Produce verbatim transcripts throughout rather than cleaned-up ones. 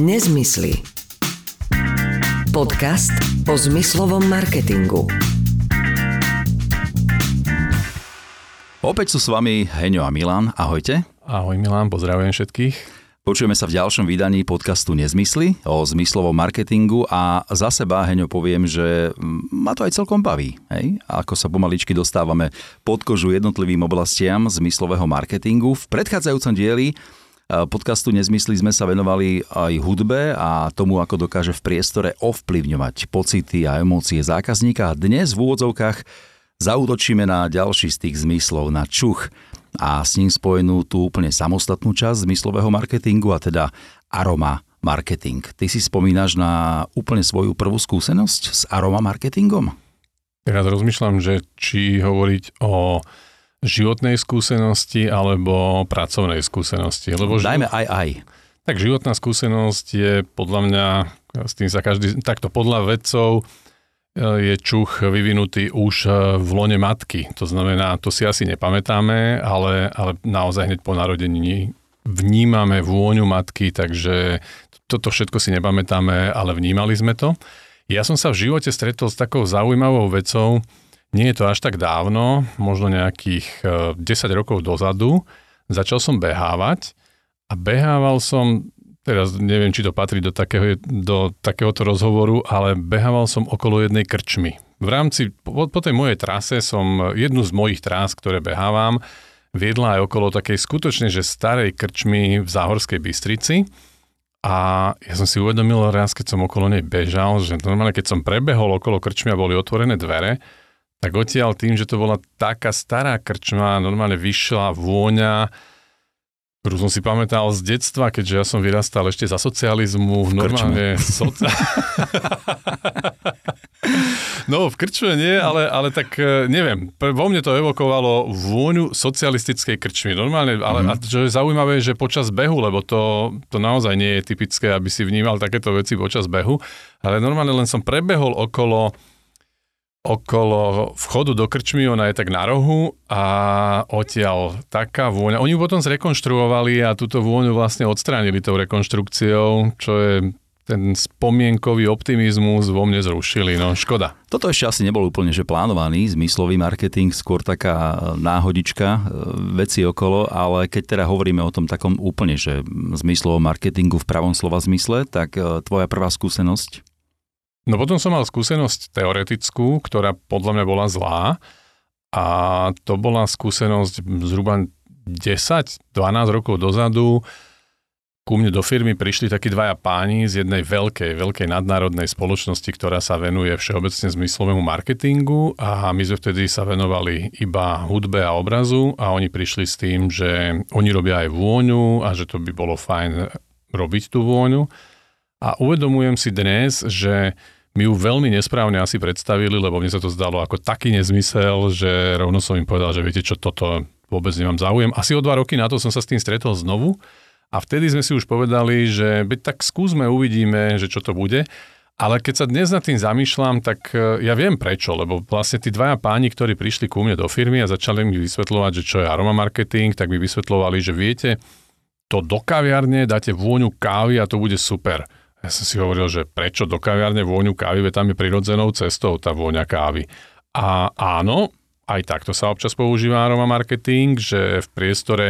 Nezmysly. Podcast o zmyslovom marketingu. Opäť sú s vami Heňo a Milan. Ahojte. Ahoj Milan, pozdravujem všetkých. Počujeme sa v ďalšom vydaní podcastu Nezmysly o zmyslovom marketingu a za seba, Heňo, poviem, že ma to aj celkom baví. Hej? Ako sa pomaličky dostávame pod kožu jednotlivým oblastiam zmyslového marketingu. V predchádzajúcom dieli podcastu Nezmysly sme sa venovali aj hudbe a tomu, ako dokáže v priestore ovplyvňovať pocity a emócie zákazníka. A dnes v úvodzovkách zaútočíme na ďalší z tých zmyslov, na čuch a s ním spojenú tú úplne samostatnú časť zmyslového marketingu, a teda aroma marketing. Ty si spomínaš na úplne svoju prvú skúsenosť s aroma marketingom? Teraz rozmýšľam, že či hovoriť o životnej skúsenosti alebo pracovnej skúsenosti. Lebo Dajme život... aj aj. Tak životná skúsenosť je podľa mňa, s tým sa každý, takto podľa vedcov je čuch vyvinutý už v lone matky. To znamená, to si asi nepamätáme, ale, ale naozaj hneď po narodení vnímame vôňu matky, takže toto všetko si nepamätáme, ale vnímali sme to. Ja som sa v živote stretol s takou zaujímavou vecou. Nie je to až tak dávno, možno nejakých desať rokov dozadu. Začal som behávať a behával som, teraz neviem, či to patrí do, takého, do takéhoto rozhovoru, ale behával som okolo jednej krčmy. V rámci, po, po tej mojej trase som, jednu z mojich trás, ktoré behávam, viedla aj okolo takej skutočne, že starej krčmy v Záhorskej Bystrici. A ja som si uvedomil raz, keď som okolo nej bežal, že normálne, keď som prebehol okolo krčmy a boli otvorené dvere, tak odtiaľ tým, že to bola taká stará krčma, normálne vyšla vôňa, ktorú som si pamätal z detstva, keďže ja som vyrastal ešte za socializmu. Normálne soci... No, v krčme nie, ale, ale tak neviem. Vo mne to evokovalo vôňu socialistickej krčmy. Normálne, ale mm-hmm. a čo je zaujímavé, že počas behu, lebo to, to naozaj nie je typické, aby si vnímal takéto veci počas behu, ale normálne len som prebehol okolo okolo vchodu do krčmy, ona je tak na rohu a odtiaľ taká vôňa. Oni ju potom zrekonštruovali a túto vôňu vlastne odstránili tou rekonštrukciou, čo je ten spomienkový optimizmus vo mne zrušili. No, škoda. Toto ešte asi nebol úplne že plánovaný zmyslový marketing, skôr taká náhodička veci okolo, ale keď teda hovoríme o tom takom úplne, že zmyslovom marketingu v pravom slova zmysle, tak tvoja prvá skúsenosť? No potom som mal skúsenosť teoretickú, ktorá podľa mňa bola zlá a to bola skúsenosť zhruba desať dvanásť rokov dozadu. Ku mne do firmy prišli takí dvaja páni z jednej veľkej, veľkej nadnárodnej spoločnosti, ktorá sa venuje všeobecne zmyslovému marketingu a my sme vtedy sa venovali iba hudbe a obrazu a oni prišli s tým, že oni robia aj vôňu a že to by bolo fajn robiť tú vôňu. A uvedomujem si dnes, že mi ju veľmi nesprávne asi predstavili, lebo mne sa to zdalo ako taký nezmysel, že rovno som im povedal, že viete čo, toto vôbec nemám záujem. Asi o dva roky na to som sa s tým stretol znovu a vtedy sme si už povedali, že tak skúsme, uvidíme, že čo to bude. Ale keď sa dnes nad tým zamýšľam, tak ja viem prečo, lebo vlastne tí dvaja páni, ktorí prišli ku mne do firmy a začali mi vysvetľovať, že čo je aroma marketing, tak mi vysvetľovali, že viete, to do kaviarne dáte vôňu kávy a to bude super. Ja som si hovoril, že prečo do kaviarne vôňu kávy, veď tam je prirodzenou cestou tá vôňa kávy. A áno, aj takto sa občas používa aroma marketing, že v priestore,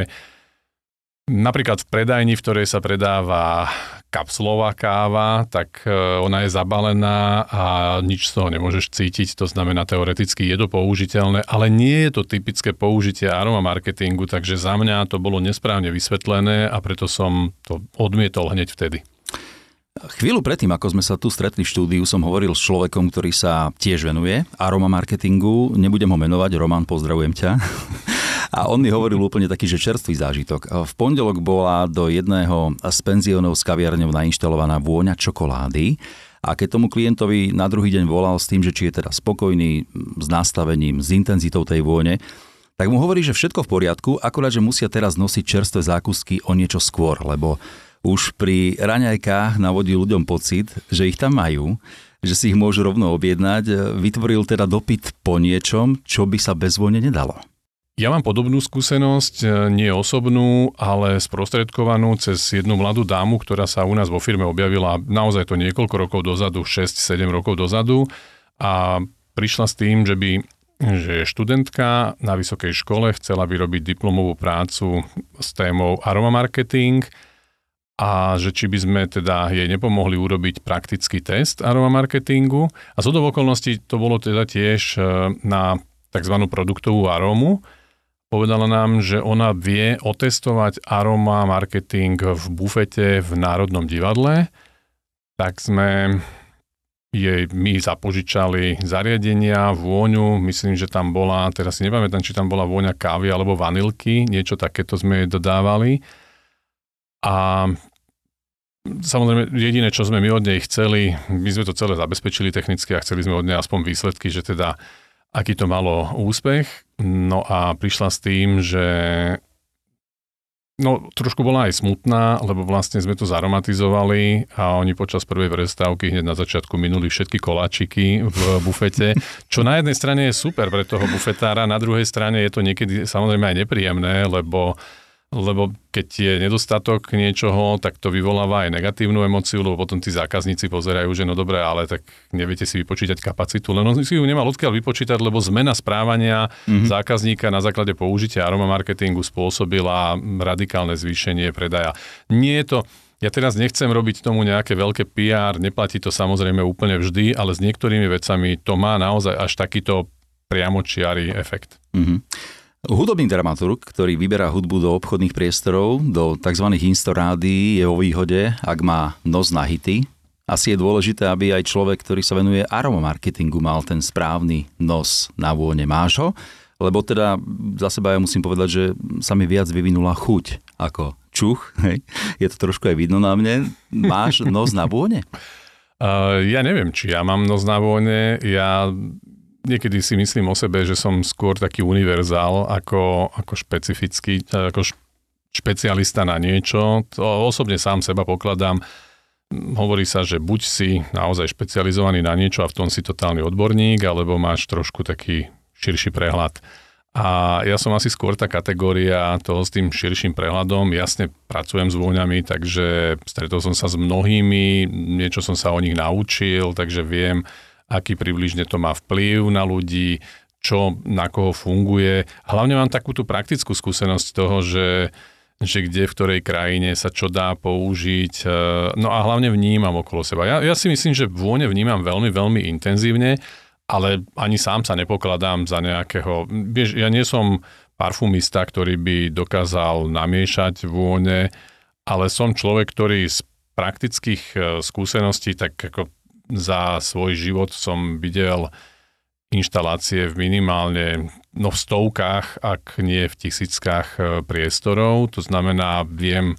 napríklad v predajni, v ktorej sa predáva kapsulová káva, tak ona je zabalená a nič z toho nemôžeš cítiť, to znamená teoreticky je to použiteľné, ale nie je to typické použitie aroma marketingu, takže za mňa to bolo nesprávne vysvetlené a preto som to odmietol hneď vtedy. Chvíľu predtým, ako sme sa tu stretli v štúdiu, som hovoril s človekom, ktorý sa tiež venuje aroma marketingu. Nebudem ho menovať, Roman, pozdravujem ťa. A on mi hovoril úplne taký, že čerstvý zážitok. V pondelok bola do jedného z penziónov s kaviarňou nainštalovaná vôňa čokolády. A keď tomu klientovi na druhý deň volal s tým, že či je teda spokojný s nastavením, s intenzitou tej vône, tak mu hovorí, že všetko v poriadku, akurát, že musia teraz nosiť čerstvé zákusky o niečo skôr, lebo už pri raňajkách navodí ľuďom pocit, že ich tam majú, že si ich môžu rovno objednať. Vytvoril teda dopyt po niečom, čo by sa bez vône nedalo. Ja mám podobnú skúsenosť, nie osobnú, ale sprostredkovanú cez jednu mladú dámu, ktorá sa u nás vo firme objavila naozaj to niekoľko rokov dozadu, šesť sedem rokov dozadu a prišla s tým, že by že študentka na vysokej škole chcela vyrobiť diplomovú prácu s témou aroma marketing a že či by sme teda jej nepomohli urobiť praktický test aroma marketingu. A z okolností to bolo teda tiež na tzv. Produktovú arómu. Povedala nám, že ona vie otestovať aroma marketing v bufete v Národnom divadle. Tak sme jej my zapožičali zariadenia, vôňu, myslím, že tam bola, teraz si nepamätám, či tam bola vôňa kávy alebo vanilky, niečo takéto sme jej dodávali. A samozrejme, jediné, čo sme my od nej chceli, my sme to celé zabezpečili technicky a chceli sme od nej aspoň výsledky, že teda aký to malo úspech. No a prišla s tým, že no trošku bola aj smutná, lebo vlastne sme to zaromatizovali a oni počas prvej prestávky hneď na začiatku minuli všetky koláčiky v bufete, čo na jednej strane je super pre toho bufetára, na druhej strane je to niekedy samozrejme aj nepríjemné, lebo lebo keď je nedostatok niečoho, tak to vyvoláva aj negatívnu emóciu, lebo potom tí zákazníci pozerajú, že no dobre, ale tak neviete si vypočítať kapacitu, len on si ju nemal odkiaľ vypočítať, lebo zmena správania mm-hmm. zákazníka na základe použitia aroma marketingu spôsobila radikálne zvýšenie predaja. Nie je to, ja teraz nechcem robiť tomu nejaké veľké pé er, neplatí to samozrejme úplne vždy, ale s niektorými vecami to má naozaj až takýto priamočiary efekt. Mm-hmm. Hudobný dramaturg, ktorý vyberá hudbu do obchodných priestorov, do tzv. Instorádií, je vo výhode, ak má nos na hity. Asi je dôležité, aby aj človek, ktorý sa venuje aromamarketingu, mal ten správny nos na vône. Máš ho? Lebo teda za seba ja musím povedať, že sa mi viac vyvinula chuť ako čuch. Hej. Je to trošku aj vidno na mne. Máš nos na vône? Uh, ja neviem, či ja mám nos na vône. Ja niekedy si myslím o sebe, že som skôr taký univerzál ako, ako špecifický, ako špecialista na niečo. To osobne sám seba pokladám. Hovorí sa, že buď si naozaj špecializovaný na niečo a v tom si totálny odborník, alebo máš trošku taký širší prehľad. A ja som asi skôr tá kategória toho s tým širším prehľadom. Jasne pracujem s vôňami, takže stretol som sa s mnohými, niečo som sa o nich naučil, takže viem, aký približne to má vplyv na ľudí, čo na koho funguje. Hlavne mám takú tú praktickú skúsenosť toho, že, že kde, v ktorej krajine sa čo dá použiť. No a hlavne vnímam okolo seba. Ja, ja si myslím, že vône vnímam veľmi, veľmi intenzívne, ale ani sám sa nepokladám za nejakého... Vieš, ja nie som parfumista, ktorý by dokázal namiešať vône, ale som človek, ktorý z praktických skúseností tak ako za svoj život som videl inštalácie v minimálne no v stovkách, ak nie v tisíckach priestorov. To znamená, viem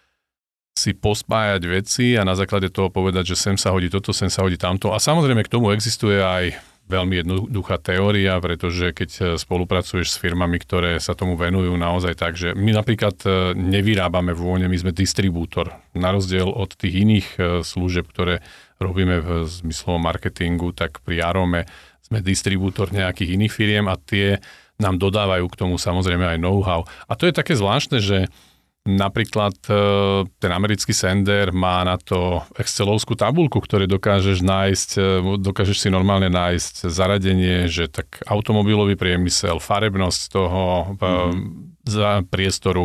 si pospájať veci a na základe toho povedať, že sem sa hodí toto, sem sa hodí tamto. A samozrejme k tomu existuje aj veľmi jednoduchá teória, pretože keď spolupracuješ s firmami, ktoré sa tomu venujú naozaj tak, že my napríklad nevyrábame vône, my sme distribútor. Na rozdiel od tých iných služieb, ktoré robíme v zmyslovom marketingu, tak pri arome sme distribútor nejakých iných firiem a tie nám dodávajú k tomu samozrejme aj know-how. A to je také zvláštne, že napríklad ten americký sender má na to excelovskú tabuľku, ktoré dokážeš nájsť, dokážeš si normálne nájsť zaradenie, že tak automobilový priemysel, farebnosť toho mm. za priestoru,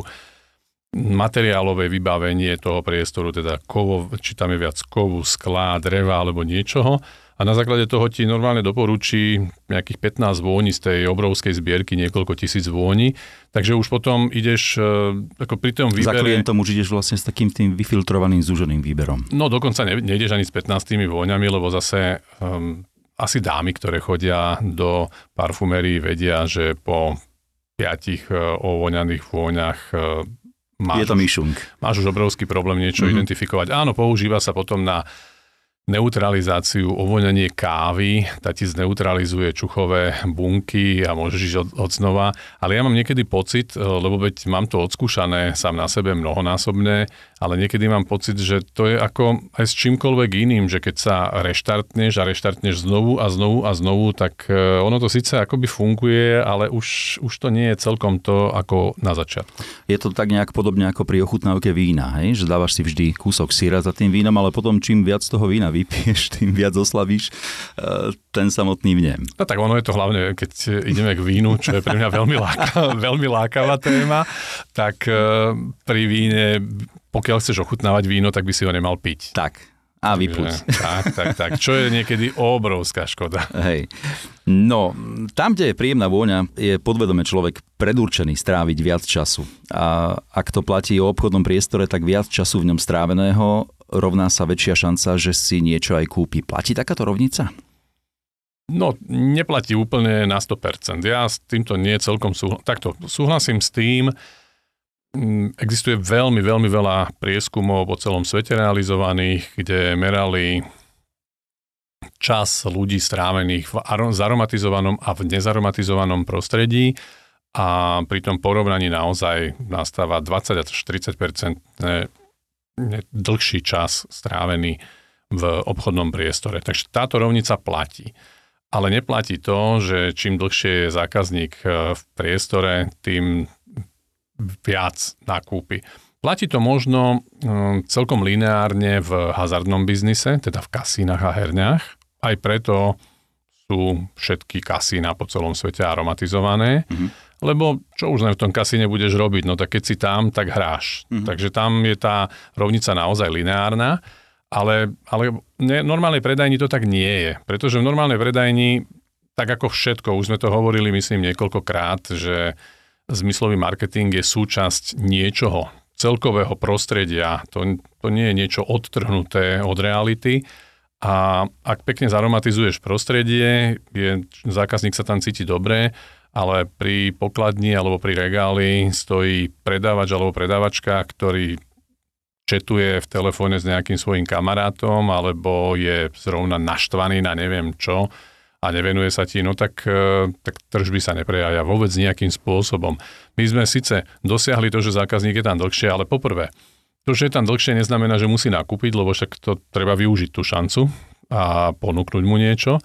materiálové vybavenie toho priestoru, teda kovo, či tam je viac kovu, skla, dreva alebo niečoho. A na základe toho ti normálne doporučí nejakých pätnásť vôní z tej obrovskej zbierky, niekoľko tisíc vôní. Takže už potom ideš ako pri tom výbere... Za klientom už ideš vlastne s takým tým vyfiltrovaným, zúženým výberom. No dokonca ne, nejdeš ani s pätnástimi vôňami, lebo zase um, asi dámy, ktoré chodia do parfumérii, vedia, že po piatich uh, ovoňaných vôňach uh, Máš je to myšunk. Máš už obrovský problém niečo mm-hmm. identifikovať. Áno, používa sa potom na neutralizáciu, ovoňanie kávy, tá ti zneutralizuje čuchové bunky a môžeš ísť od, od znova. Ale ja mám niekedy pocit, lebo veď mám to odskúšané sám na sebe mnohonásobne, ale niekedy mám pocit, že to je ako aj s čímkoľvek iným, že keď sa reštartneš a reštartneš znovu a znovu a znovu, tak ono to síce akoby funguje, ale už, už to nie je celkom to ako na začiatku. Je to tak nejak podobne ako pri ochutnávke vína, hej? Že dávaš si vždy kúsok syra za tým vínom, ale potom čím viac toho vína vypiješ, tým viac oslavíš ten samotný vnem. No tak ono je to hlavne, keď ideme k vínu, čo je pre mňa veľmi, láka, veľmi lákavá téma, tak pri víne, pokiaľ chceš ochutnávať víno, tak by si ho nemal piť. Tak. A vypúť. Tak, tak, tak. Čo je niekedy obrovská škoda. Hej. No, tam, kde je príjemná vôňa, je podvedome človek predurčený stráviť viac času. A ak to platí o obchodnom priestore, tak viac času v ňom stráveného rovná sa väčšia šanca, že si niečo aj kúpi. Platí takáto rovnica? No, neplatí úplne na sto percent. Ja s týmto nie celkom súhlasím. Takto, súhlasím s tým. Existuje veľmi, veľmi veľa prieskumov po celom svete realizovaných, kde merali čas ľudí strávených v zaromatizovanom a v nezaromatizovanom prostredí a pri tom porovnaní naozaj nastáva dvadsať až tridsať percent dlhší čas strávený v obchodnom priestore. Takže táto rovnica platí. Ale neplatí to, že čím dlhšie je zákazník v priestore, tým viac nakúpi. Platí to možno celkom lineárne v hazardnom biznise, teda v kasínach a herniach. Aj preto sú všetky kasína po celom svete aromatizované, mm-hmm. lebo čo už len v tom kasíne budeš robiť, no tak keď si tam, tak hráš. Mm-hmm. Takže tam je tá rovnica naozaj lineárna, ale, ale v normálnej predajni to tak nie je. Pretože v normálnej predajni, tak ako všetko, už sme to hovorili myslím niekoľkokrát, že zmyslový marketing je súčasť niečoho, celkového prostredia. To, to nie je niečo odtrhnuté od reality. A ak pekne zaromatizuješ prostredie, je, zákazník sa tam cíti dobre, ale pri pokladni alebo pri regáli stojí predávač alebo predávačka, ktorý četuje v telefóne s nejakým svojím kamarátom alebo je zrovna naštvaný na neviem čo, a nevenuje sa ti, no tak, tak tržby sa neprejavia vôbec nejakým spôsobom. My sme síce dosiahli to, že zákazník je tam dlhšie, ale poprvé, to, že je tam dlhšie, neznamená, že musí nakúpiť, lebo však to treba využiť tú šancu a ponúknuť mu niečo.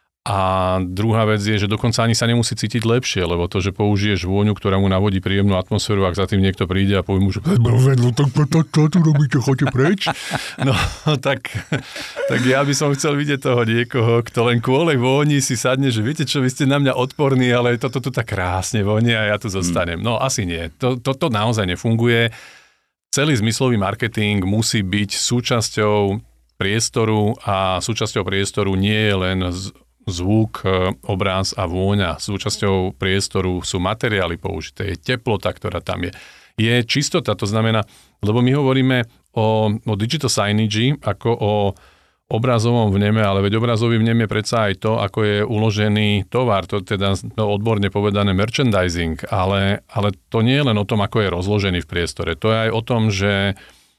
A druhá vec je, že dokonca ani sa nemusí cítiť lepšie, lebo to, že použiješ vôňu, ktorá mu navodí príjemnú atmosféru, ak za tým niekto príde a povie mu, že no tak čo tu robíte, choďte preč? No tak, tak ja by som chcel vidieť toho niekoho, kto len kvôli vôni si sadne, že viete čo, vy ste na mňa odporní, ale toto tu tak krásne vonie a ja tu zostanem. No asi nie. To, to, to naozaj nefunguje. Celý zmyslový marketing musí byť súčasťou priestoru a súčasťou priestoru nie je len z zvuk, obraz a vôňa. Súčasťou priestoru sú materiály použité, je teplota, ktorá tam je. Je čistota, to znamená, lebo my hovoríme o, o digital signage ako o obrazovom vneme, ale veď obrazový vnem je predsa aj to, ako je uložený tovar, to teda no, odborne povedané merchandising, ale, ale to nie je len o tom, ako je rozložený v priestore. To je aj o tom, že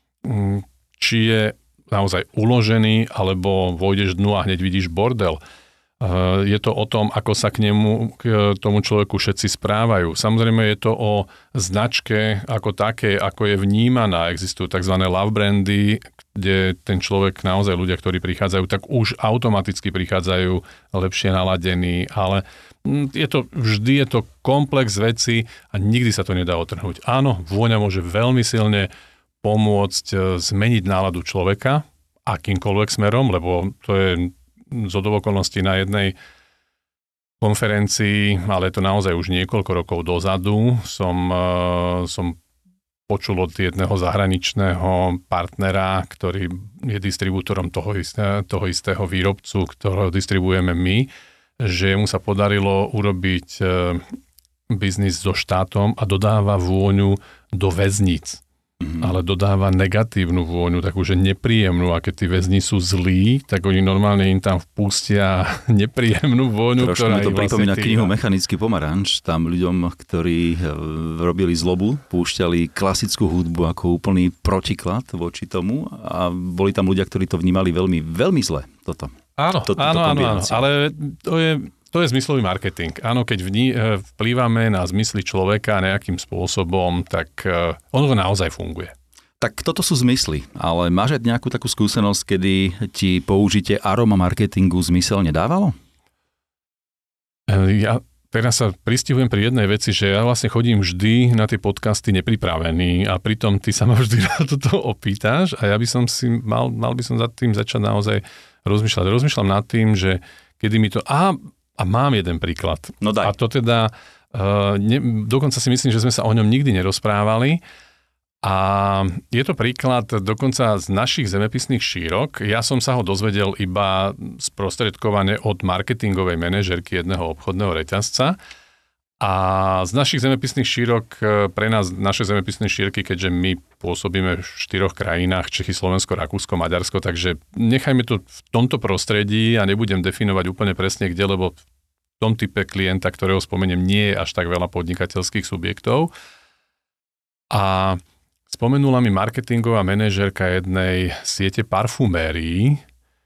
či je naozaj uložený, alebo vojdeš dnu a hneď vidíš bordel. Je to o tom, ako sa k nemu, k tomu človeku všetci správajú. Samozrejme je to o značke ako také, ako je vnímaná. Existujú tzv. Love brandy, kde ten človek, naozaj ľudia, ktorí prichádzajú, tak už automaticky prichádzajú lepšie naladení, ale je to, vždy je to komplex vecí a nikdy sa to nedá otrhnúť. Áno, vôňa môže veľmi silne pomôcť zmeniť náladu človeka akýmkoľvek smerom, lebo to je zhodou okolností na jednej konferencii, ale to naozaj už niekoľko rokov dozadu, som, som počul od jedného zahraničného partnera, ktorý je distribútorom toho, isté, toho istého výrobcu, ktorého distribuujeme my, že mu sa podarilo urobiť biznis so štátom a dodáva vôňu do väzníc. mm-hmm. ale dodáva negatívnu vôňu, takú, že nepríjemnú. A keď tí väzni sú zlí, tak oni normálne im tam vpustia nepríjemnú vôňu, Trošku ktorá mi to im pripomína vlastne knihu Mechanický pomaranč. Tam ľuďom, ktorí robili zlobu, púšťali klasickú hudbu ako úplný protiklad voči tomu a boli tam ľudia, ktorí to vnímali veľmi, veľmi zle. Toto. Áno, Toto, áno, áno, áno, ale to je, to je zmyslový marketing. Áno, keď vní, vplývame na zmysly človeka nejakým spôsobom, tak ono to naozaj funguje. Tak toto sú zmysly, ale máš aj nejakú takú skúsenosť, kedy ti použitie aroma marketingu zmysel nedávalo? Ja teraz sa pristihujem pri jednej veci, že ja vlastne chodím vždy na tie podcasty nepripravený a pritom ty sa ma vždy na toto opýtaš a ja by som si mal, mal by som za tým začať naozaj rozmýšľať. Rozmýšľam nad tým, že kedy mi to... A, a mám jeden príklad. No daj. A to teda... Uh, ne, dokonca si myslím, že sme sa o ňom nikdy nerozprávali. A je to príklad dokonca z našich zemepisných šírok. Ja som sa ho dozvedel iba sprostredkovane od marketingovej manažerky jedného obchodného reťazca. A z našich zemepisných šírok, pre nás, naše zemepisné šírky, keďže my pôsobíme v štyroch krajinách, Čechy, Slovensko, Rakúsko, Maďarsko, takže nechajme to v tomto prostredí a nebudem definovať úplne presne kde, lebo v tom type klienta, ktorého spomeniem, nie je až tak veľa podnikateľských subjektov. A spomenula mi marketingová manažérka jednej siete parfumérií,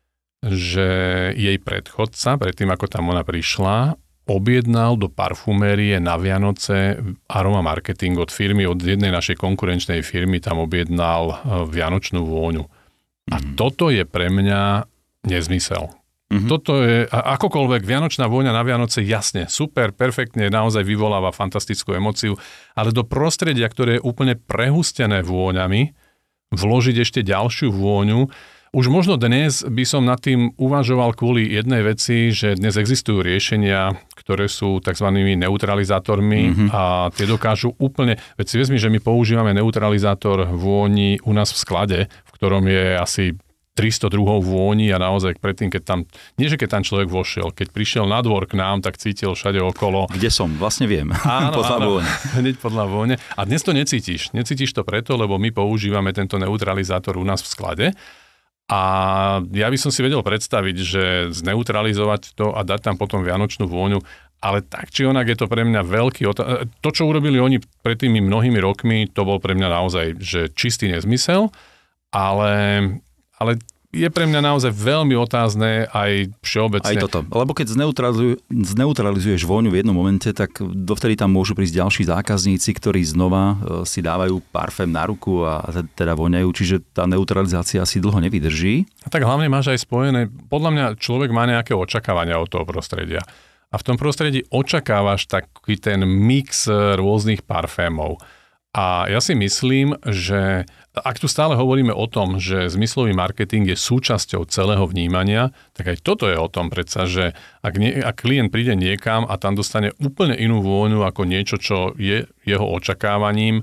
že jej predchodca, predtým ako tam ona prišla, objednal do parfumérie na Vianoce aroma marketing od firmy, od jednej našej konkurenčnej firmy, tam objednal vianočnú vôňu. A mm. toto je pre mňa nezmysel. Mm-hmm. Toto je, akokoľvek, vianočná vôňa na Vianoce, jasne, super, perfektne, naozaj vyvoláva fantastickú emóciu, ale do prostredia, ktoré je úplne prehustené vôňami, vložiť ešte ďalšiu vôňu. Už možno dnes by som nad tým uvažoval kvôli jednej veci, že dnes existujú riešenia, ktoré sú tzv. Neutralizátormi mm-hmm. a tie dokážu úplne... Veď si vezmi, že my používame neutralizátor vôni u nás v sklade, v ktorom je asi tristo druhov vôni a naozaj predtým, keď tam... Nie, že keď tam človek vošiel, keď prišiel na dvor k nám, tak cítil všade okolo... Kde som? Vlastne viem. Áno, podľa áno, vône. hneď podľa vône. A dnes to necítiš. Necítiš to preto, lebo my používame tento neutralizátor u nás v sklade. A ja by som si vedel predstaviť, že zneutralizovať to a dať tam potom vianočnú vôňu, ale tak či onak je to pre mňa veľký otázka. To, čo urobili oni pred tými mnohými rokmi, to bol pre mňa naozaj že čistý nezmysel, ale, ale je pre mňa naozaj veľmi otázne aj všeobecne. Aj toto. Lebo keď zneutralizuj, zneutralizuješ vôňu v jednom momente, tak dovtedy tam môžu prísť ďalší zákazníci, ktorí znova si dávajú parfém na ruku a teda voňajú, čiže tá neutralizácia asi dlho nevydrží. A tak hlavne máš aj spojené, podľa mňa človek má nejaké očakávania od toho prostredia. A v tom prostredí očakávaš taký ten mix rôznych parfémov. A ja si myslím, že ak tu stále hovoríme o tom, že zmyslový marketing je súčasťou celého vnímania, tak aj toto je o tom predsa, že ak, nie, ak klient príde niekam a tam dostane úplne inú vôňu ako niečo, čo je jeho očakávaním,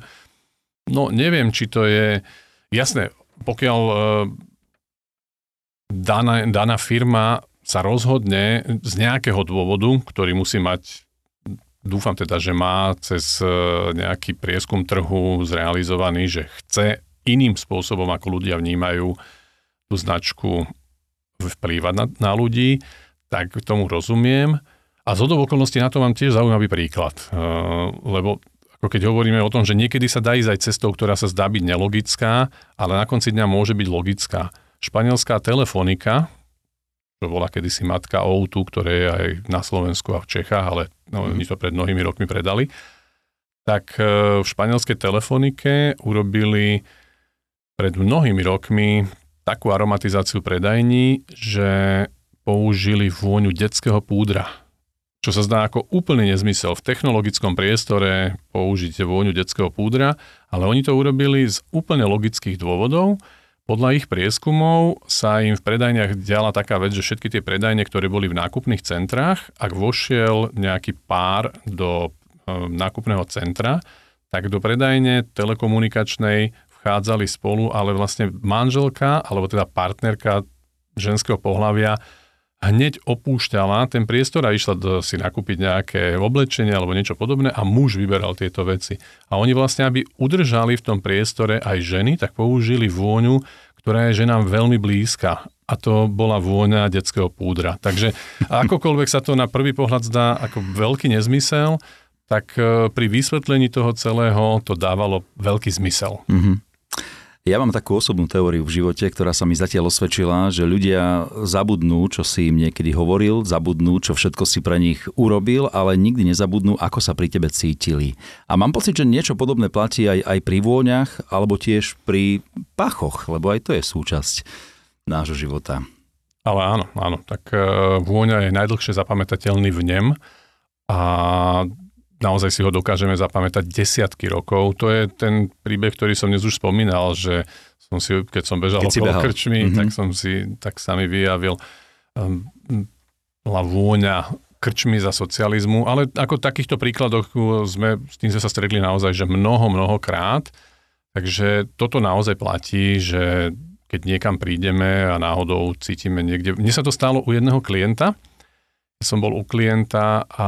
no neviem, či to je... Jasné, pokiaľ e, daná, daná firma sa rozhodne z nejakého dôvodu, ktorý musí mať... Dúfam teda, že má cez nejaký prieskum trhu zrealizovaný, že chce iným spôsobom, ako ľudia vnímajú tú značku, vplývať na, na ľudí, tak tomu rozumiem. A zhodou okolností na to mám tiež zaujímavý príklad. Lebo ako keď hovoríme o tom, že niekedy sa dá ísť aj cestou, ktorá sa zdá byť nelogická, ale na konci dňa môže byť logická. Španielská telefonika, čo bola kedysi matka ó dva, ktoré je aj na Slovensku a v Čechách, ale no, oni to pred mnohými rokmi predali, tak v španielskej telefonike urobili pred mnohými rokmi takú aromatizáciu predajní, že použili vôňu detského púdra. Čo sa zdá ako úplný nezmysel. V technologickom priestore použite vôňu detského púdra, ale oni to urobili z úplne logických dôvodov. Podľa ich prieskumov sa im v predajniach diala taká vec, že všetky tie predajne, ktoré boli v nákupných centrách, ak vošiel nejaký pár do e, nákupného centra, tak do predajne telekomunikačnej vchádzali spolu, ale vlastne manželka, alebo teda partnerka ženského pohlavia hneď opúšťala ten priestor a išla do, si nakúpiť nejaké oblečenie alebo niečo podobné a muž vyberal tieto veci. A oni vlastne, aby udržali v tom priestore aj ženy, tak použili vôňu, ktorá je ženám veľmi blízka. A to bola vôňa detského púdra. Takže akokoľvek sa to na prvý pohľad zdá ako veľký nezmysel, tak pri vysvetlení toho celého to dávalo veľký zmysel. Mm-hmm. Ja mám takú osobnú teóriu v živote, ktorá sa mi zatiaľ osvedčila, že ľudia zabudnú, čo si im niekedy hovoril, zabudnú, čo všetko si pre nich urobil, ale nikdy nezabudnú, ako sa pri tebe cítili. A mám pocit, že niečo podobné platí aj, aj pri vôňach, alebo tiež pri pachoch, lebo aj to je súčasť nášho života. Ale áno, áno. Tak vôňa je najdlhšie zapamätateľný vnem a naozaj si ho dokážeme zapamätať desiatky rokov. To je ten príbeh, ktorý som dnes už spomínal, že som si, keď som bežal keď okolo krčmy, mm-hmm. tak som si, tak sa mi vyjavil um, vôňa krčmy za socializmu, ale ako takýchto príkladoch sme, s tým sme sa stretli naozaj, že mnoho, mnohokrát. Takže toto naozaj platí, že keď niekam prídeme a náhodou cítime niekde... Mne sa to stalo u jedného klienta. Som bol u klienta a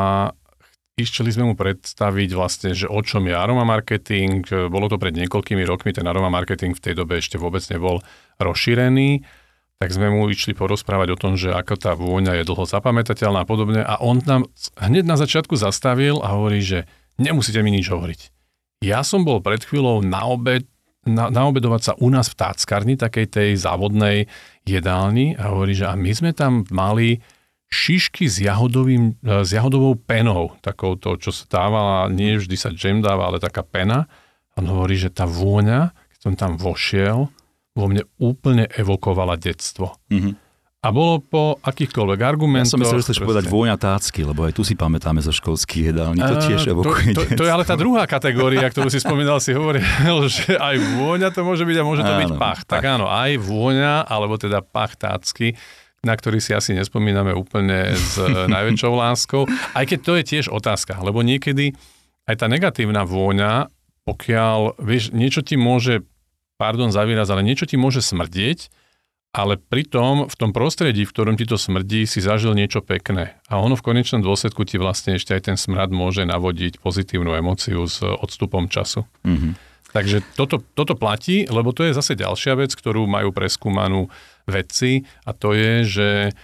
Išli sme mu predstaviť vlastne, že o čom je aroma marketing. Bolo to pred niekoľkými rokmi, ten aroma marketing v tej dobe ešte vôbec nebol rozšírený. Tak sme mu išli porozprávať o tom, že ako tá vôňa je dlho zapamätateľná a podobne. A on nám hneď na začiatku zastavil a hovorí, že nemusíte mi nič hovoriť. Ja som bol pred chvíľou na obed, na, naobedovať sa u nás v táckarni, takej tej závodnej jedálni a hovorí, že a my sme tam mali šišky s, jahodovým, s jahodovou penou, takouto, čo sa dávala, nie vždy sa džem dáva, ale taká pena. On hovorí, že tá vôňa, keď som tam vošiel, vo mne úplne evokovala detstvo. Mm-hmm. A bolo po akýchkoľvek argumentoch. Ja som myslel, že chceš povedať vôňa tácky, lebo aj tu si pamätáme zo školských jedální. To tiež evokuje to, to, to je ale tá druhá kategória, ktorú si spomínal, si hovoril, že aj vôňa to môže byť a môže to áno, byť pach. Tak. tak áno, aj vôňa, alebo teda pach tácky, na ktorý si asi nespomíname úplne s najväčšou láskou. Aj keď to je tiež otázka, lebo niekedy aj tá negatívna vôňa, pokiaľ, vieš, niečo ti môže, pardon za výraz, ale niečo ti môže smrdieť, ale pritom v tom prostredí, v ktorom ti to smrdí, si zažil niečo pekné. A ono v konečnom dôsledku ti vlastne ešte aj ten smrad môže navodiť pozitívnu emóciu s odstupom času. Mm-hmm. Takže toto, toto platí, lebo to je zase ďalšia vec, ktorú majú preskúmanú vedci, a to je, že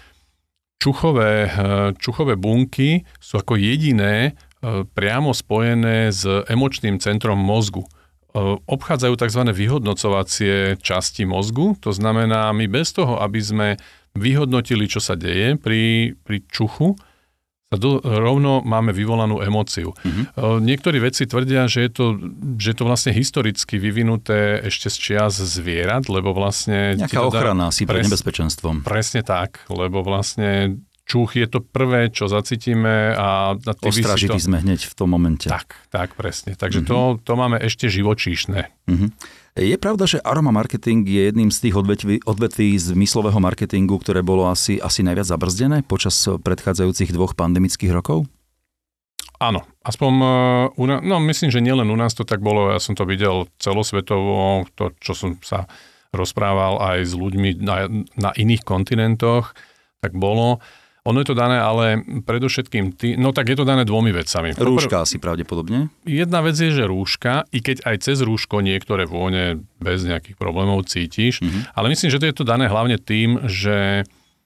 čuchové, čuchové bunky sú ako jediné priamo spojené s emočným centrom mozgu. Obchádzajú tzv. Vyhodnocovacie časti mozgu, to znamená, my bez toho, aby sme vyhodnotili, čo sa deje pri, pri čuchu, sa do, rovno máme vyvolanú emóciu. Mm-hmm. Niektorí vedci tvrdia, že je, to, že je to vlastne historicky vyvinuté ešte z čias zvierat, lebo vlastne... Nejaká ochrana si pred nebezpečenstvom. Presne tak, lebo vlastne čuch je to prvé, čo zacítime a... a ostražití to... sme hneď v tom momente. Tak, tak, presne. Takže mm-hmm. to, to máme ešte živočíšne. Mm-hmm. Je pravda, že aroma marketing je jedným z tých odvetví, odvetví zmyslového marketingu, ktoré bolo asi, asi najviac zabrzdené počas predchádzajúcich dvoch pandemických rokov? Áno, aspoň, no myslím, že nielen u nás to tak bolo, ja som to videl celosvetovo, to, čo som sa rozprával aj s ľuďmi na, na iných kontinentoch, tak bolo. Ono je to dané, ale predovšetkým, tý, no tak je to dané dvomi vecami. Rúška asi pravdepodobne. Jedna vec je, že rúška, i keď aj cez rúško niektoré vône bez nejakých problémov cítiš, mm-hmm. ale myslím, že to je to dané hlavne tým, že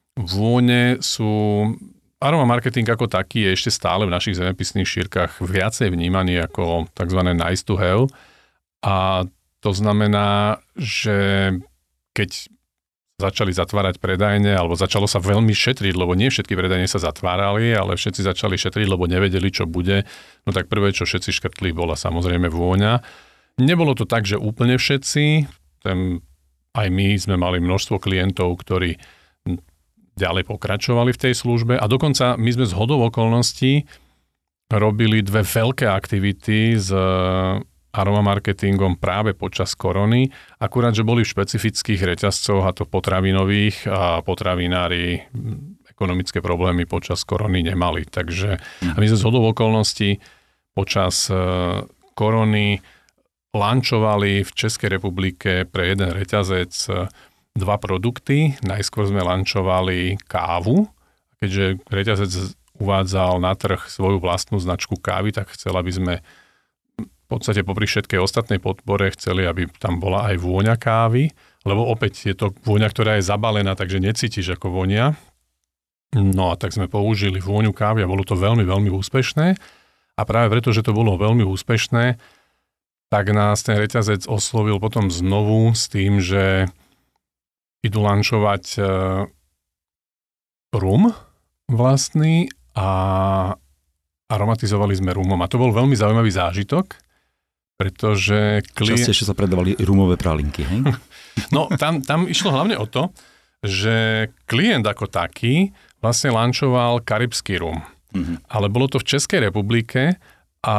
vône sú... Aroma marketing ako taký je ešte stále v našich zemepisných šírkach viacej vnímaný ako tzv. Nice to have. A to znamená, že keď začali zatvárať predajne, alebo začalo sa veľmi šetriť, lebo nie všetky predajne sa zatvárali, ale všetci začali šetriť, lebo nevedeli, čo bude. No tak prvé, čo všetci škrtli, bola samozrejme vôňa. Nebolo to tak, že úplne všetci. Ten, aj my sme mali množstvo klientov, ktorí ďalej pokračovali v tej službe a dokonca my sme z hodou okolností robili dve veľké aktivity z aroma marketingom práve počas korony, akurát, že boli v špecifických reťazcoch, a to potravinových, a potravinári ekonomické problémy počas korony nemali. Takže a my sme z hodou okolností počas korony lančovali v Českej republike pre jeden reťazec dva produkty. Najskôr sme lančovali kávu. Keďže reťazec uvádzal na trh svoju vlastnú značku kávy, tak chcel, aby sme v podstate popri všetkej ostatnej podpore chceli, aby tam bola aj vôňa kávy, lebo opäť je to vôňa, ktorá je zabalená, takže necítiš ako vôňa. No a tak sme použili vôňu kávy a bolo to veľmi, veľmi úspešné. A práve preto, že to bolo veľmi úspešné, tak nás ten reťazec oslovil potom znovu s tým, že idú lančovať e, rum vlastný a aromatizovali sme rumom. A to bol veľmi zaujímavý zážitok, pretože... Klient... Častejšie sa predávali rumové pralinky, hej? No, tam, tam išlo hlavne o to, že klient ako taký vlastne lančoval karibský rum. Mm-hmm. Ale bolo to v Českej republike a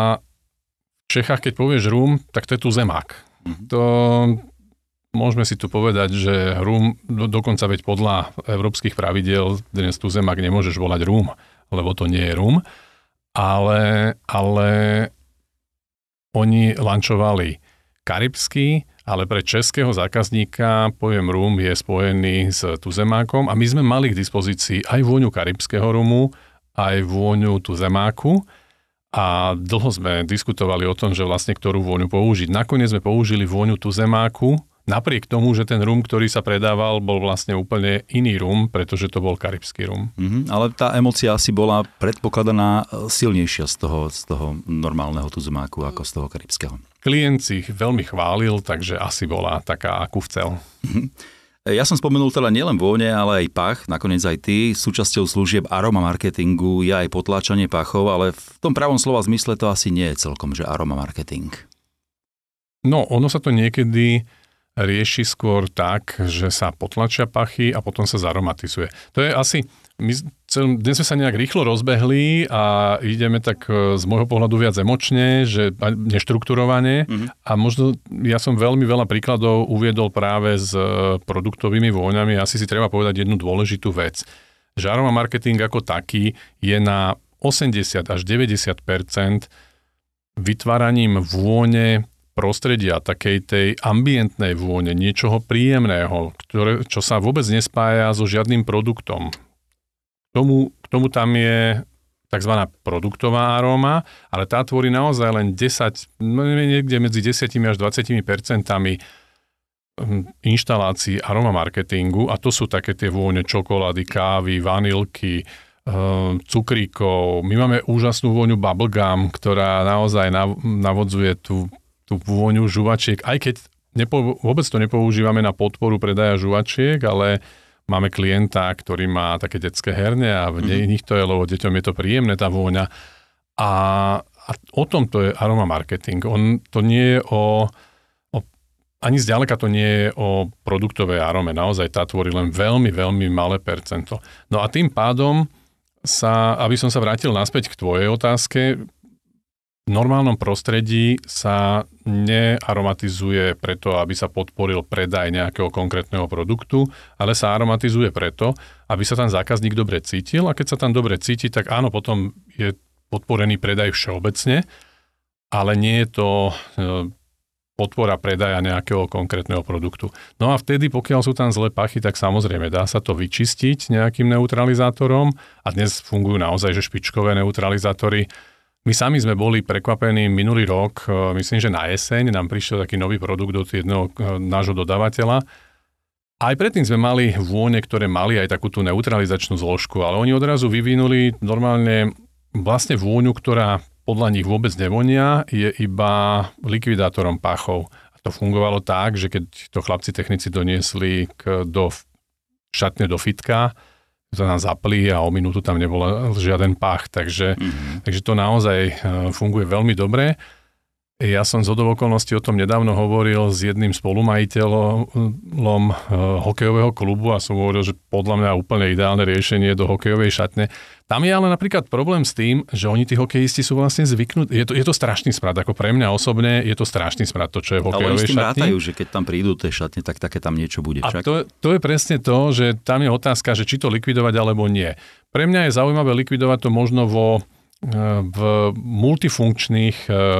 v Čechách, keď povieš rum, tak to je tu zemák. Mm-hmm. To... Môžeme si tu povedať, že rum, do, dokonca veď podľa európskych pravidiel dnes tu zemák nemôžeš volať rum, lebo to nie je rum, ale, ale oni lančovali karibský, ale pre českého zákazníka pojem rum je spojený s tuzemákom a my sme mali k dispozícii aj vôňu karibského rumu, aj vôňu tuzemáku a dlho sme diskutovali o tom, že vlastne ktorú vôňu použiť. Nakoniec sme použili vôňu tuzemáku, napriek tomu, že ten rum, ktorý sa predával, bol vlastne úplne iný rum, pretože to bol karibský rum. Mm-hmm, ale tá emócia asi bola predpokladaná silnejšia z toho, z toho normálneho tuzemáku ako z toho karibského. Klient si ich veľmi chválil, takže asi bola taká, akú chcel. Mm-hmm. Ja som spomenul teda nielen vône, ale aj pach, nakoniec aj ty. Súčasťou služieb aroma marketingu je aj potláčanie pachov, ale v tom pravom slova zmysle to asi nie je celkom, že aroma marketing. No, ono sa to niekedy rieši skôr tak, že sa potlačia pachy a potom sa zaromatizuje. To je asi, my cel, dnes sme sa nejak rýchlo rozbehli a ideme tak z môjho pohľadu viac emočne, že neštrukturovane mm-hmm. a možno ja som veľmi veľa príkladov uviedol práve s produktovými vôňami. Asi si treba povedať jednu dôležitú vec, že aroma marketing ako taký je na osemdesiat až deväťdesiat percent vytváraním vône prostredia, takej tej ambientnej vône, niečoho príjemného, ktoré, čo sa vôbec nespája so žiadnym produktom. K tomu, k tomu tam je tzv. Produktová aróma, ale tá tvorí naozaj len desať, no niekde medzi desať až dvadsať percentami inštalácií aroma marketingu a to sú také tie vône čokolády, kávy, vanilky, cukríkov. My máme úžasnú vôňu bubblegum, ktorá naozaj navodzuje tú tú vôňu žuvačiek, aj keď nepo, vôbec to nepoužívame na podporu predaja žuvačiek, ale máme klienta, ktorý má také detské herne a v nej, mm. nich to je, lebo deťom je to príjemné, tá vôňa. A, a o tom to je aroma marketing. On to nie je o, o... Ani zďaleka to nie je o produktovej arome. Naozaj tá tvorí len veľmi, veľmi malé percento. No a tým pádom sa, aby som sa vrátil naspäť k tvojej otázke, v normálnom prostredí sa nearomatizuje preto, aby sa podporil predaj nejakého konkrétneho produktu, ale sa aromatizuje preto, aby sa tam zákazník dobre cítil a keď sa tam dobre cíti, tak áno, potom je podporený predaj všeobecne, ale nie je to podpora predaja nejakého konkrétneho produktu. No a vtedy, pokiaľ sú tam zlé pachy, tak samozrejme dá sa to vyčistiť nejakým neutralizátorom a dnes fungujú naozaj že špičkové neutralizátory. My sami sme boli prekvapení minulý rok, myslím, že na jeseň nám prišiel taký nový produkt od jedného nášho dodávateľa. Aj predtým sme mali vône, ktoré mali aj takú tú neutralizačnú zložku, ale oni odrazu vyvinuli normálne vlastne vôňu, ktorá podľa nich vôbec nevonia, je iba likvidátorom pachov. A to fungovalo tak, že keď to chlapci technici doniesli k, do šatne do fitka, to nám zapli a o minútu tam nebol žiaden pach, takže, mm-hmm. takže to naozaj funguje veľmi dobre. Ja som zhodou okolností o tom nedávno hovoril s jedným spolumajiteľom hokejového klubu a som hovoril, že podľa mňa úplne ideálne riešenie do hokejovej šatne. Tam je ale napríklad problém s tým, že oni tí hokejisti sú vlastne zvyknutí. Je to, je to strašný smrad, ako pre mňa osobne je to strašný smrad, to čo je v hokejovej šatni. Ale oni s tým rátajú, že keď tam prídu tie šatne, tak také tam niečo bude. A to, to je presne to, že tam je otázka, že či to likvidovať alebo nie. Pre mňa je zaujímavé likvidovať to možno vo, v multifunkčných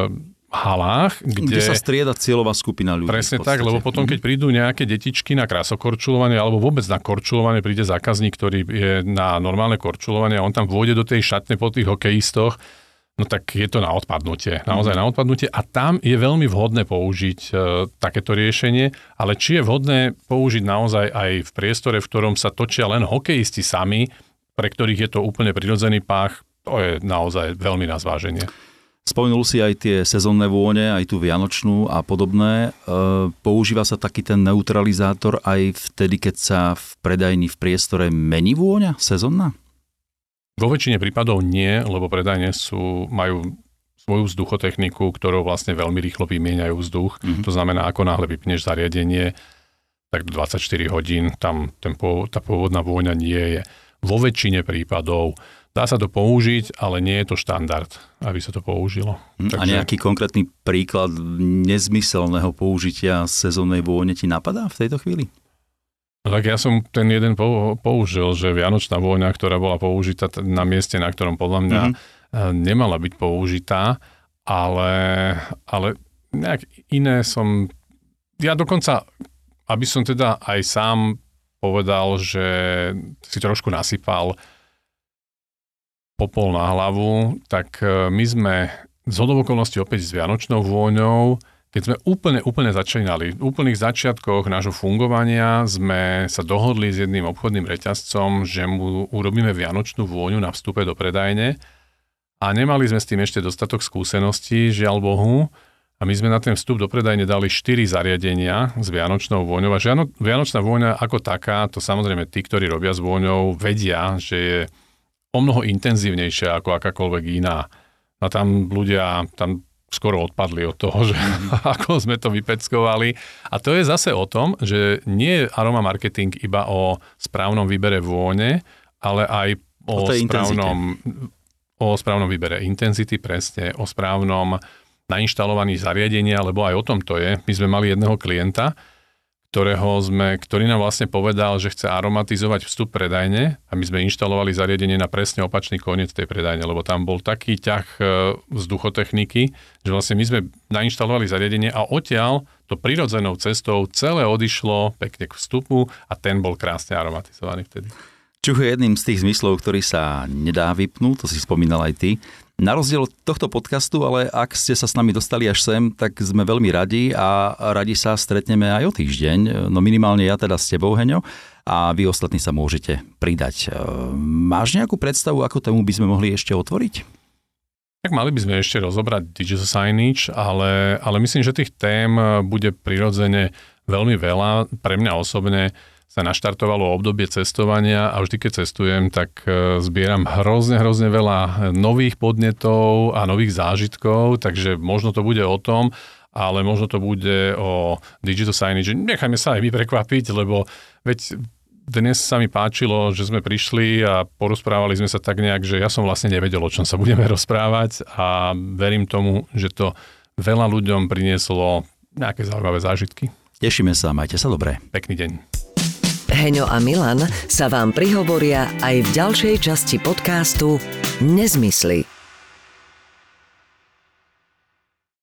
halách, kde... Kde sa strieda cieľová skupina ľudí. Presne tak, lebo potom, keď prídu nejaké detičky na krasokorčulovanie alebo vôbec na korčulovanie, príde zákazník, ktorý je na normálne korčulovanie a on tam vôjde do tej šatne po tých hokejistoch, no tak je to na odpadnutie. Naozaj na odpadnutie. A tam je veľmi vhodné použiť e, takéto riešenie, ale či je vhodné použiť naozaj aj v priestore, v ktorom sa točia len hokejisti sami, pre ktorých je to úplne prirodzený pách, to je naozaj veľmi na zváženie. Spomenul si aj tie sezónne vône, aj tú vianočnú a podobné. E, používa sa taký ten neutralizátor aj vtedy, keď sa v predajni v priestore mení vôňa sezónna? Vo väčšine prípadov nie, lebo predajne sú, majú svoju vzduchotechniku, ktorou vlastne veľmi rýchlo vymieňajú vzduch. Mm-hmm. To znamená, ako náhle vypneš zariadenie, tak do dvadsaťštyri hodín tam ten, tá pôvodná vôňa nie je. Vo väčšine prípadov dá sa to použiť, ale nie je to štandard, aby sa to použilo. A Takže... nejaký konkrétny príklad nezmyselného použitia sezónnej vône ti napadá v tejto chvíli? No tak ja som ten jeden použil, že vianočná vôňa, ktorá bola použitá na mieste, na ktorom podľa mňa mm-hmm. nemala byť použitá, ale, ale nejak iné som... Ja dokonca, aby som teda aj sám povedal, že si trošku nasypal popol na hlavu, tak my sme z hodou okolností opäť s vianočnou vôňou. Keď sme úplne, úplne začínali, v úplných začiatkoch nášho fungovania sme sa dohodli s jedným obchodným reťazcom, že mu urobíme vianočnú vôňu na vstupe do predajne a nemali sme s tým ešte dostatok skúseností, žiaľ Bohu, a my sme na ten vstup do predajne dali štyri zariadenia s vianočnou vôňou. A žiano, vianočná vôňa ako taká, to samozrejme tí, ktorí robia s vôňou, vedia, že je o mnoho intenzívnejšia ako akákoľvek iná. A tam ľudia... tam skoro odpadli od toho, že mm. ako sme to vypeckovali. A to je zase o tom, že nie je aroma marketing iba o správnom výbere vône, ale aj o, o správnom, o správnom výbere intenzity, presne, o správnom nainštalovaní zariadenia, lebo aj o tom to je. My sme mali jedného klienta, ktorého sme, ktorý nám vlastne povedal, že chce aromatizovať vstup predajne a my sme inštalovali zariadenie na presne opačný koniec tej predajne, lebo tam bol taký ťah vzduchotechniky, že vlastne my sme nainštalovali zariadenie a odtiaľ to prirodzenou cestou celé odišlo pekne k vstupu a ten bol krásne aromatizovaný vtedy. Čuch je jedným z tých zmyslov, ktorý sa nedá vypnúť, to si spomínal aj ty. Na rozdiel od tohto podcastu, ale ak ste sa s nami dostali až sem, tak sme veľmi radi a radi sa stretneme aj o týždeň. No minimálne ja teda s tebou, Heňo, a vy ostatní sa môžete pridať. Máš nejakú predstavu, ako tému by sme mohli ešte otvoriť? Tak mali by sme ešte rozobrať digital signage, ale, ale myslím, že tých tém bude prirodzene veľmi veľa. Pre mňa osobne sa naštartovalo obdobie cestovania a vždy, keď cestujem, tak zbieram hrozne, hrozne veľa nových podnetov a nových zážitkov, takže možno to bude o tom, ale možno to bude o digital signage. Nechajme sa aj my prekvapiť, lebo veď dnes sa mi páčilo, že sme prišli a porozprávali sme sa tak nejak, že ja som vlastne nevedel, o čom sa budeme rozprávať a verím tomu, že to veľa ľuďom prinieslo nejaké zaujímavé zážitky. Tešíme sa, majte sa dobre. Pekný deň. Heňo a Milan sa vám prihovoria aj v ďalšej časti podcastu Nezmysly.